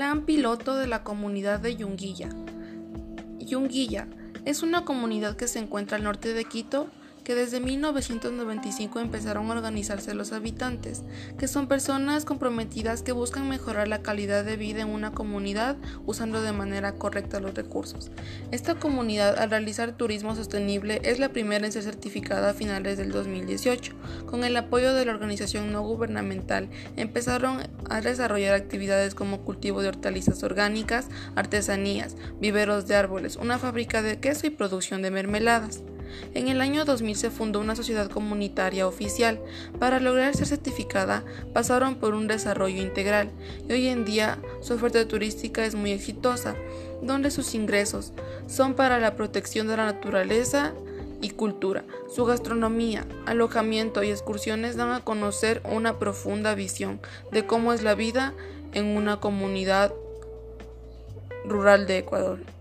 Plan piloto de la comunidad de Yunguilla. Yunguilla es una comunidad que se encuentra al norte de Quito, que desde 1995 empezaron a organizarse los habitantes, que son personas comprometidas que buscan mejorar la calidad de vida en una comunidad usando de manera correcta los recursos. Esta comunidad, al realizar turismo sostenible, es la primera en ser certificada a finales del 2018. Con el apoyo de la organización no gubernamental, empezaron a desarrollar actividades como cultivo de hortalizas orgánicas, artesanías, viveros de árboles, una fábrica de queso y producción de mermeladas. En el año 2000 se fundó una sociedad comunitaria oficial. Para lograr ser certificada, pasaron por un desarrollo integral y hoy en día su oferta turística es muy exitosa, donde sus ingresos son para la protección de la naturaleza y cultura. Su gastronomía, alojamiento y excursiones dan a conocer una profunda visión de cómo es la vida en una comunidad rural de Ecuador.